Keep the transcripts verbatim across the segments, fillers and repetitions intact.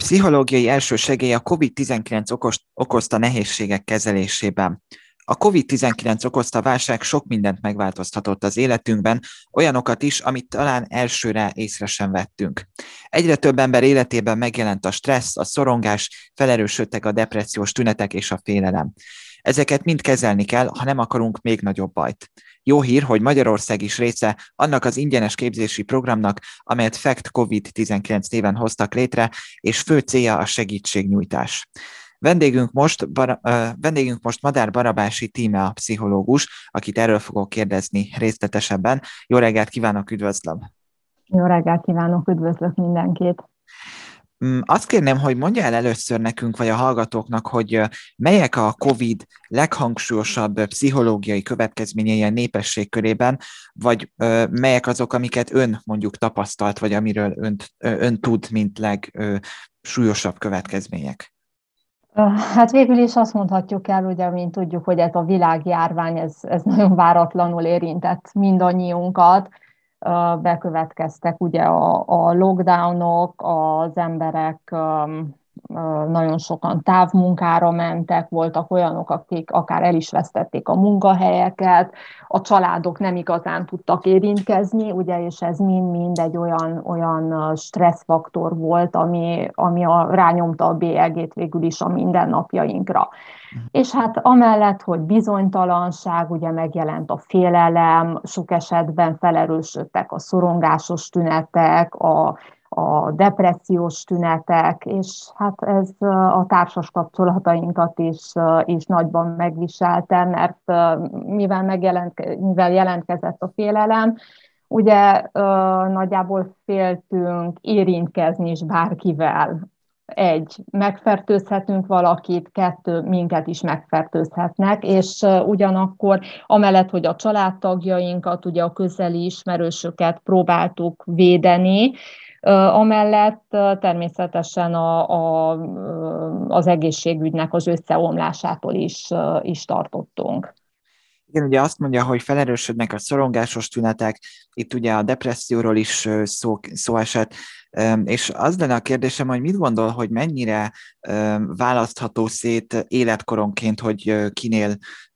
Pszichológiai elsősegély a kovid tizenkilenc okos, okozta nehézségek kezelésében. A kovid tizenkilenc okozta válság sok mindent megváltoztatott az életünkben, olyanokat is, amit talán elsőre észre sem vettünk. Egyre több ember életében megjelent a stressz, a szorongás, felerősödtek a depressziós tünetek és a félelem. Ezeket mind kezelni kell, ha nem akarunk még nagyobb bajt. Jó hír, hogy Magyarország is része annak az ingyenes képzési programnak, amelyet FACT kovid tizenkilenc néven hoztak létre, és fő célja a segítségnyújtás. Vendégünk most, Bar- uh, vendégünk most Madár Barabási Tíme a pszichológus, akit erről fogok kérdezni részletesebben. Jó reggelt kívánok, üdvözlöm! Jó reggelt kívánok, üdvözlök mindenkit! Azt kérném, hogy mondja el először nekünk, vagy a hallgatóknak, hogy melyek a COVID leghangsúlyosabb pszichológiai következményei a népesség körében, vagy melyek azok, amiket ön mondjuk tapasztalt, vagy amiről ön, ön tud, mint legsúlyosabb következmények? Hát végül is azt mondhatjuk el, ugye, mint tudjuk, hogy ez a világjárvány, ez, ez nagyon váratlanul érintett mindannyiunkat. Bekövetkeztek ugye a, a lockdownok, az emberek nagyon sokan távmunkára mentek, voltak olyanok, akik akár el is vesztették a munkahelyeket, a családok nem igazán tudtak érintkezni, ugye, és ez mind-mind egy olyan, olyan stresszfaktor volt, ami, ami a, rányomta a bélyegét végül is a mindennapjainkra. És hát amellett, hogy bizonytalanság, ugye megjelent a félelem, sok esetben felerősödtek a szorongásos tünetek, a, a depressziós tünetek, és hát ez a társas kapcsolatainkat is, is nagyban megviselte, mert mivel, megjelent, mivel jelentkezett a félelem, ugye nagyjából féltünk érintkezni is bárkivel. Egy, megfertőzhetünk valakit, kettő, minket is megfertőzhetnek, és ugyanakkor amellett, hogy a családtagjainkat, ugye a közeli ismerősöket próbáltuk védeni, amellett természetesen a, a, az egészségügynek az összeomlásától is, is tartottunk. Igen, ugye azt mondja, hogy felerősödnek a szorongásos tünetek, itt ugye a depresszióról is szó, szó esett, és az lenne a kérdésem, hogy mit gondol, hogy mennyire választható szét életkoronként, hogy kinél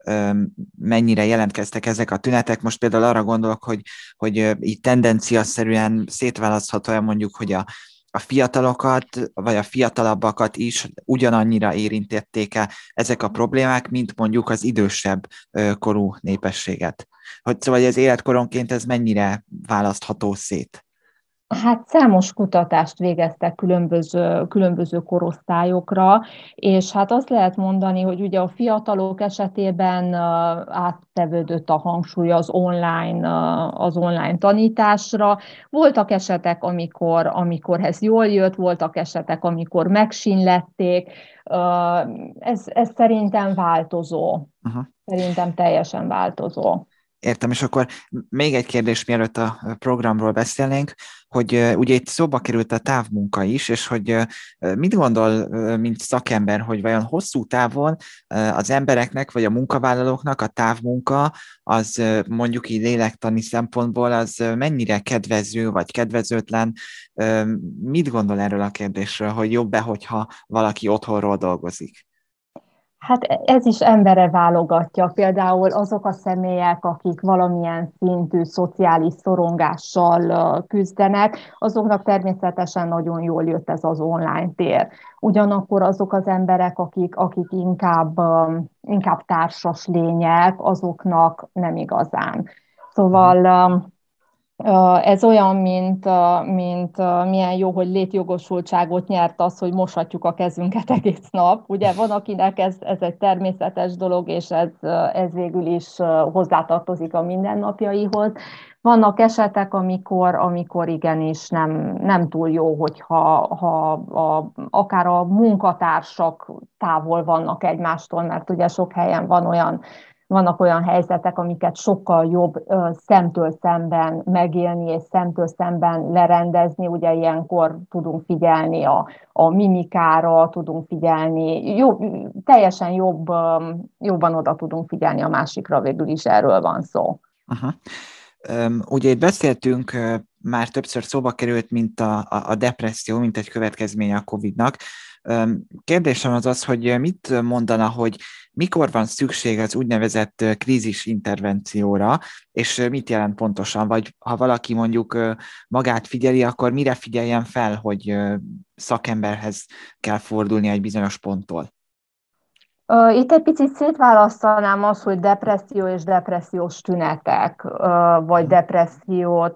mennyire jelentkeztek ezek a tünetek. Most például arra gondolok, hogy, hogy így tendenciaszerűen szétválasztható-e mondjuk, hogy a a fiatalokat, vagy a fiatalabbakat is ugyanannyira érintették-e ezek a problémák, mint mondjuk az idősebb korú népességet. Hogy szóval ez életkoronként ez mennyire választható szét? Hát számos kutatást végeztek különböző, különböző korosztályokra, és hát azt lehet mondani, hogy ugye a fiatalok esetében áttevődött a hangsúly az online, az online tanításra. Voltak esetek, amikor, amikor ez jól jött, voltak esetek, amikor megsínlették. Ez, ez szerintem változó. Uh-huh. Szerintem teljesen változó. Értem, és akkor még egy kérdés, mielőtt a programról beszélnénk, hogy uh, ugye itt szóba került a távmunka is, és hogy uh, mit gondol, uh, mint szakember, hogy vajon hosszú távon uh, az embereknek, vagy a munkavállalóknak a távmunka, az uh, mondjuk így lélektani szempontból, az uh, mennyire kedvező, vagy kedvezőtlen? Uh, mit gondol erről a kérdésről, hogy jobb-e, hogyha valaki otthonról dolgozik? Hát ez is embere válogatja. Például azok a személyek, akik valamilyen szintű szociális szorongással küzdenek, azoknak természetesen nagyon jól jött ez az online tér. Ugyanakkor azok az emberek, akik, akik inkább, inkább társas lények, azoknak nem igazán. Szóval ez olyan, mint, mint milyen jó, hogy létjogosultságot nyert az, hogy moshatjuk a kezünket egész nap. Ugye van, akinek ez, ez egy természetes dolog, és ez, ez végül is hozzátartozik a mindennapjaihoz. Vannak esetek, amikor, amikor igenis nem, nem túl jó, hogyha ha a, akár a munkatársak távol vannak egymástól, mert ugye sok helyen van olyan Vannak olyan helyzetek, amiket sokkal jobb ö, szemtől szemben megélni, és szemtől szemben lerendezni. Ugye ilyenkor tudunk figyelni a, a mimikára, tudunk figyelni, jó, teljesen jobb, ö, jobban oda tudunk figyelni a másikra, végül is erről van szó. Aha. Um, ugye itt beszéltünk már többször szóba került, mint a, a, a depresszió, mint egy következménye a kovidnak. Kérdésem az az, hogy mit mondana, hogy mikor van szükség az úgynevezett krízis intervencióra, és mit jelent pontosan, vagy ha valaki mondjuk magát figyeli, akkor mire figyeljen fel, hogy szakemberhez kell fordulni egy bizonyos ponttól? Itt egy picit szétválasztanám azt, hogy depresszió és depressziós tünetek, vagy depressziót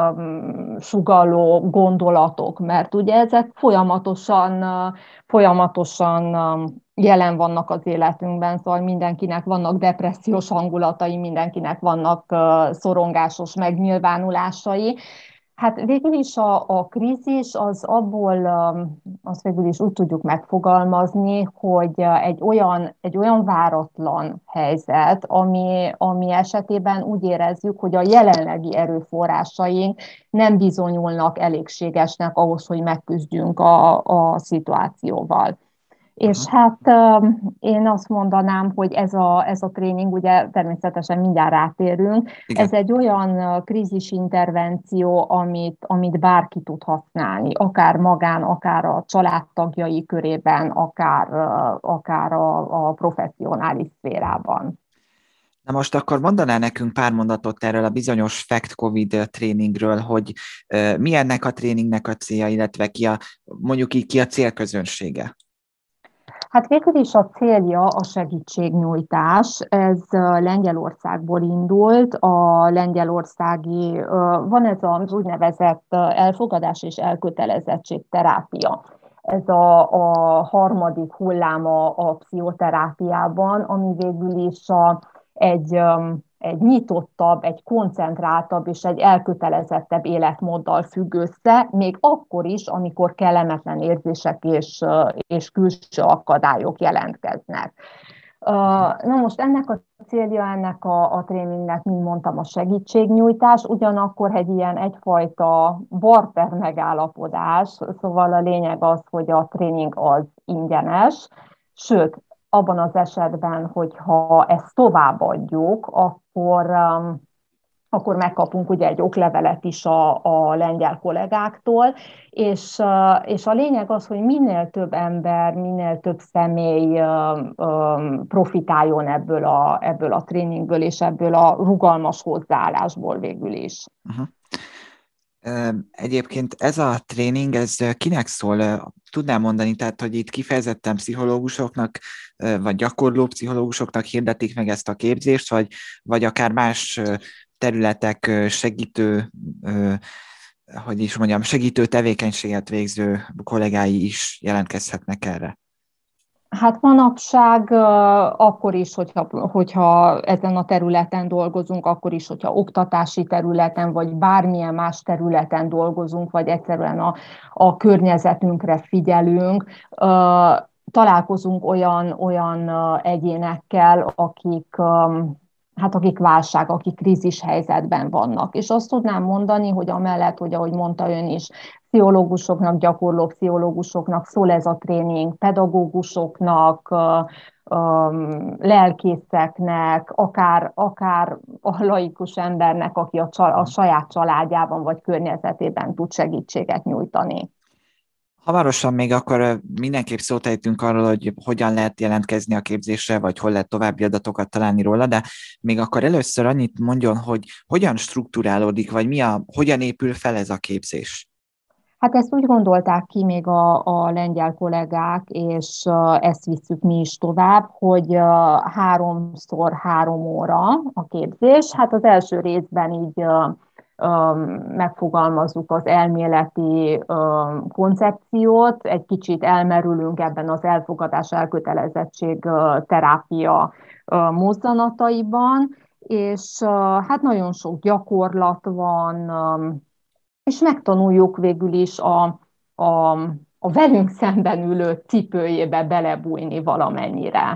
sugalló gondolatok, mert ugye ezek folyamatosan, folyamatosan jelen vannak az életünkben, szóval mindenkinek vannak depressziós hangulatai, mindenkinek vannak szorongásos megnyilvánulásai. Hát végül is a, a krízis az abból, azt végül is úgy tudjuk megfogalmazni, hogy egy olyan, egy olyan váratlan helyzet, ami, ami esetében úgy érezzük, hogy a jelenlegi erőforrásaink nem bizonyulnak elégségesnek ahhoz, hogy megküzdjünk a, a szituációval. És Aha. hát én azt mondanám, hogy ez a, ez a tréning, ugye természetesen mindjárt rátérünk, Igen. ez egy olyan krízisintervenció, amit, amit bárki tud használni, akár magán, akár a családtagjai körében, akár, akár a, a professzionális szférában. Na most akkor mondanál nekünk pár mondatot erről a bizonyos Fact Covid tréningről, hogy uh, mi ennek a tréningnek a célja, illetve ki a, mondjuk így ki a célközönsége? Hát végül is a célja a segítségnyújtás. Ez Lengyelországból indult. A lengyelországi, van ez az úgynevezett elfogadás és elkötelezettség terápia. Ez a, a harmadik hulláma a pszichoterápiában, ami végül is a, egy, egy nyitottabb, egy koncentráltabb és egy elkötelezettebb életmóddal függ össze, még akkor is, amikor kellemetlen érzések és, és külső akadályok jelentkeznek. Na most ennek a célja ennek a, a tréningnek, mint mondtam, a segítségnyújtás, ugyanakkor egy ilyen egyfajta barter megállapodás, szóval a lényeg az, hogy a tréning az ingyenes, sőt, abban az esetben, hogyha ezt továbbadjuk, akkor, um, akkor megkapunk ugye egy oklevelet is a, a lengyel kollégáktól, és, uh, és a lényeg az, hogy minél több ember, minél több személy um, um, profitáljon ebből a, ebből a tréningből, és ebből a rugalmas hozzáállásból végül is. Uh-huh. Egyébként ez a tréning, ez kinek szól? Tudnám mondani, tehát, hogy itt kifejezetten pszichológusoknak, vagy gyakorló pszichológusoknak hirdetik meg ezt a képzést, vagy, vagy akár más területek segítő, hogy is mondjam, segítő tevékenységet végző kollégái is jelentkezhetnek erre? Hát manapság akkor is, hogyha, hogyha ezen a területen dolgozunk, akkor is, hogyha oktatási területen, vagy bármilyen más területen dolgozunk, vagy egyszerűen a, a környezetünkre figyelünk, találkozunk olyan, olyan egyénekkel, akik, hát akik válság, akik krízis helyzetben vannak. És azt tudnám mondani, hogy amellett, hogy ahogy mondta ön is, pszichológusoknak, gyakorló pszichológusoknak szól ez a tréning, pedagógusoknak, lelkészeknek, akár, akár a laikus embernek, aki a, csal, a saját családjában vagy környezetében tud segítséget nyújtani. Hamarosan még akkor mindenképp szót ejtünk arról, hogy hogyan lehet jelentkezni a képzésre, vagy hol lehet további adatokat találni róla, de még akkor először annyit mondjon, hogy hogyan strukturálódik, vagy mi a, hogyan épül fel ez a képzés? Hát ezt úgy gondolták ki még a, a lengyel kollégák, és ezt visszük mi is tovább, hogy háromszor három óra a képzés. Hát az első részben így megfogalmazzuk az elméleti koncepciót, egy kicsit elmerülünk ebben az elfogadás, elkötelezettség terápia mozzanataiban, és hát nagyon sok gyakorlat van, és megtanuljuk végül is a, a, a velünk szemben ülő cipőjébe belebújni valamennyire.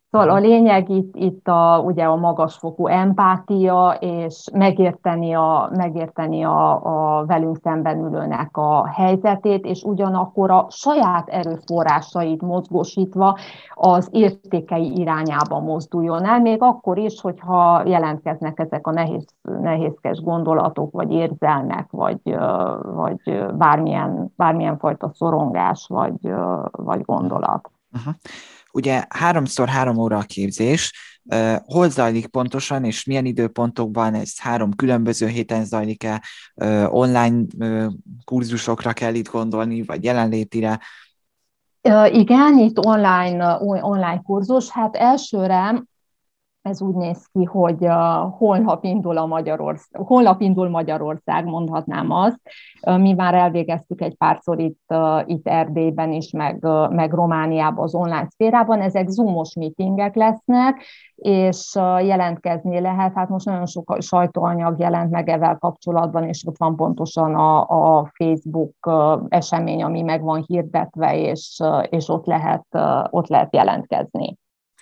Szóval a lényeg itt, itt a, ugye a magasfokú empátia, és megérteni a, megérteni a, a velünk szemben ülőnek a helyzetét, és ugyanakkor a saját erőforrásait mozgósítva az értékei irányába mozduljon el, még akkor is, hogyha jelentkeznek ezek a nehéz, nehézkes gondolatok, vagy érzelmek, vagy, vagy bármilyen, bármilyen fajta szorongás, vagy, vagy gondolat. Uh-huh. Ugye háromszor három óra a képzés, uh, hol zajlik pontosan, és milyen időpontokban? Ez három különböző héten zajlik-e, uh, online uh, kurzusokra kell itt gondolni, vagy jelenlétire? Uh, igen, itt online, uh, online kurzus. Hát elsőre ez úgy néz ki, hogy uh, holnap indul a Magyarország, holnap indul Magyarország, mondhatnám azt. Uh, mi már elvégeztük egy párszor itt, uh, itt Erdélyben is, meg, uh, meg Romániában az online szférában. Ezek zoomos meetingek lesznek, és uh, jelentkezni lehet. Hát most nagyon sok sajtóanyag jelent meg ezzel kapcsolatban, és ott van pontosan a, a Facebook uh, esemény, ami meg van hirdetve, és, uh, és ott, lehet, uh, ott lehet jelentkezni.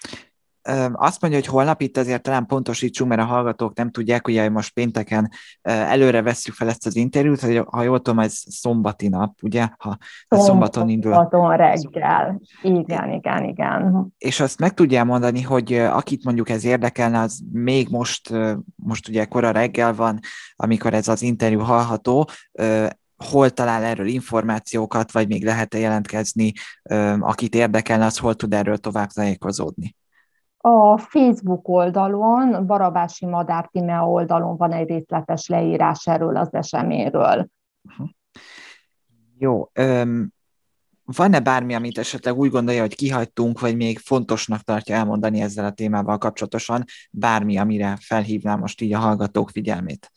Azt mondja, hogy holnap itt azért talán pontosítsunk, mert a hallgatók nem tudják, ugye most pénteken előre vesszük fel ezt az interjút, hogy ha jól tudom, ez szombati nap, ugye? Ha, ha szombaton indul. Szombaton reggel. Igen, igen, igen. És azt meg tudjál mondani, hogy akit mondjuk ez érdekelne, az még most, most ugye kora reggel van, amikor ez az interjú hallható, hol talál erről információkat, vagy még lehet-e jelentkezni, akit érdekelne, az hol tud erről tovább tájékozódni? A Facebook oldalon, Barabási Madár Tímea oldalon van egy részletes leírás erről az eseményről. Uh-huh. Jó. Um, van-e bármi, amit esetleg úgy gondolja, hogy kihagytunk, vagy még fontosnak tartja elmondani ezzel a témával kapcsolatosan, bármi, amire felhívnám most így a hallgatók figyelmét?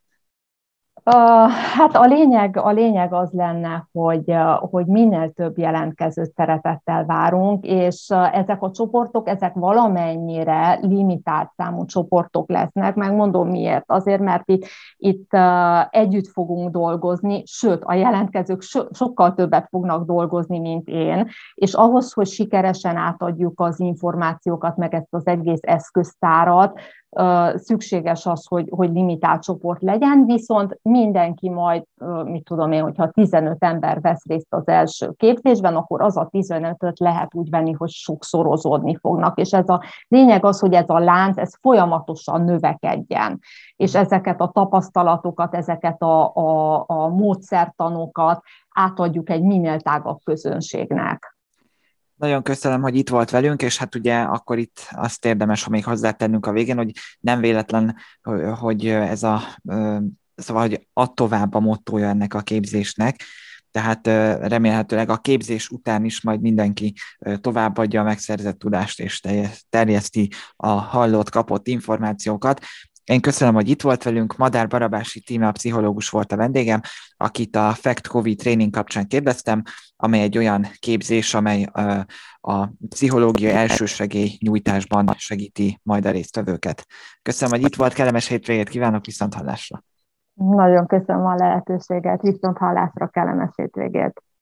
Uh, hát a lényeg, a lényeg az lenne, hogy, uh, hogy minél több jelentkezőt szeretettel várunk, és uh, ezek a csoportok, ezek valamennyire limitált számú csoportok lesznek. Megmondom miért. Azért, mert itt, itt uh, együtt fogunk dolgozni, sőt, a jelentkezők so, sokkal többet fognak dolgozni, mint én, és ahhoz, hogy sikeresen átadjuk az információkat, meg ezt az egész eszköztárat, szükséges az, hogy, hogy limitált csoport legyen, viszont mindenki majd, mit tudom én, hogyha tizenöt ember vesz részt az első képzésben, akkor az a tizenötöt lehet úgy venni, hogy sokszorozódni fognak, és ez a lényeg az, hogy ez a lánc, ez folyamatosan növekedjen, és ezeket a tapasztalatokat, ezeket a, a, a módszertanokat átadjuk egy minél tágabb közönségnek. Nagyon köszönöm, hogy itt volt velünk, és hát ugye akkor itt azt érdemes, ha még hozzátennünk a végén, hogy nem véletlen, hogy ez a, szóval, hogy add tovább a mottója ennek a képzésnek, tehát remélhetőleg a képzés után is majd mindenki továbbadja a megszerzett tudást, és terjeszti a hallott, kapott információkat. Én köszönöm, hogy itt volt velünk. Madár Barabási Tímea pszichológus volt a vendégem, akit a Fact Covid Training kapcsán kérdeztem, amely egy olyan képzés, amely a pszichológiai elsősegély nyújtásban segíti majd a résztvevőket. Köszönöm, hogy itt volt, kellemes hétvégét kívánok, viszont hallásra. Nagyon köszönöm a lehetőséget, viszont hallásra, kellemes hétvégét.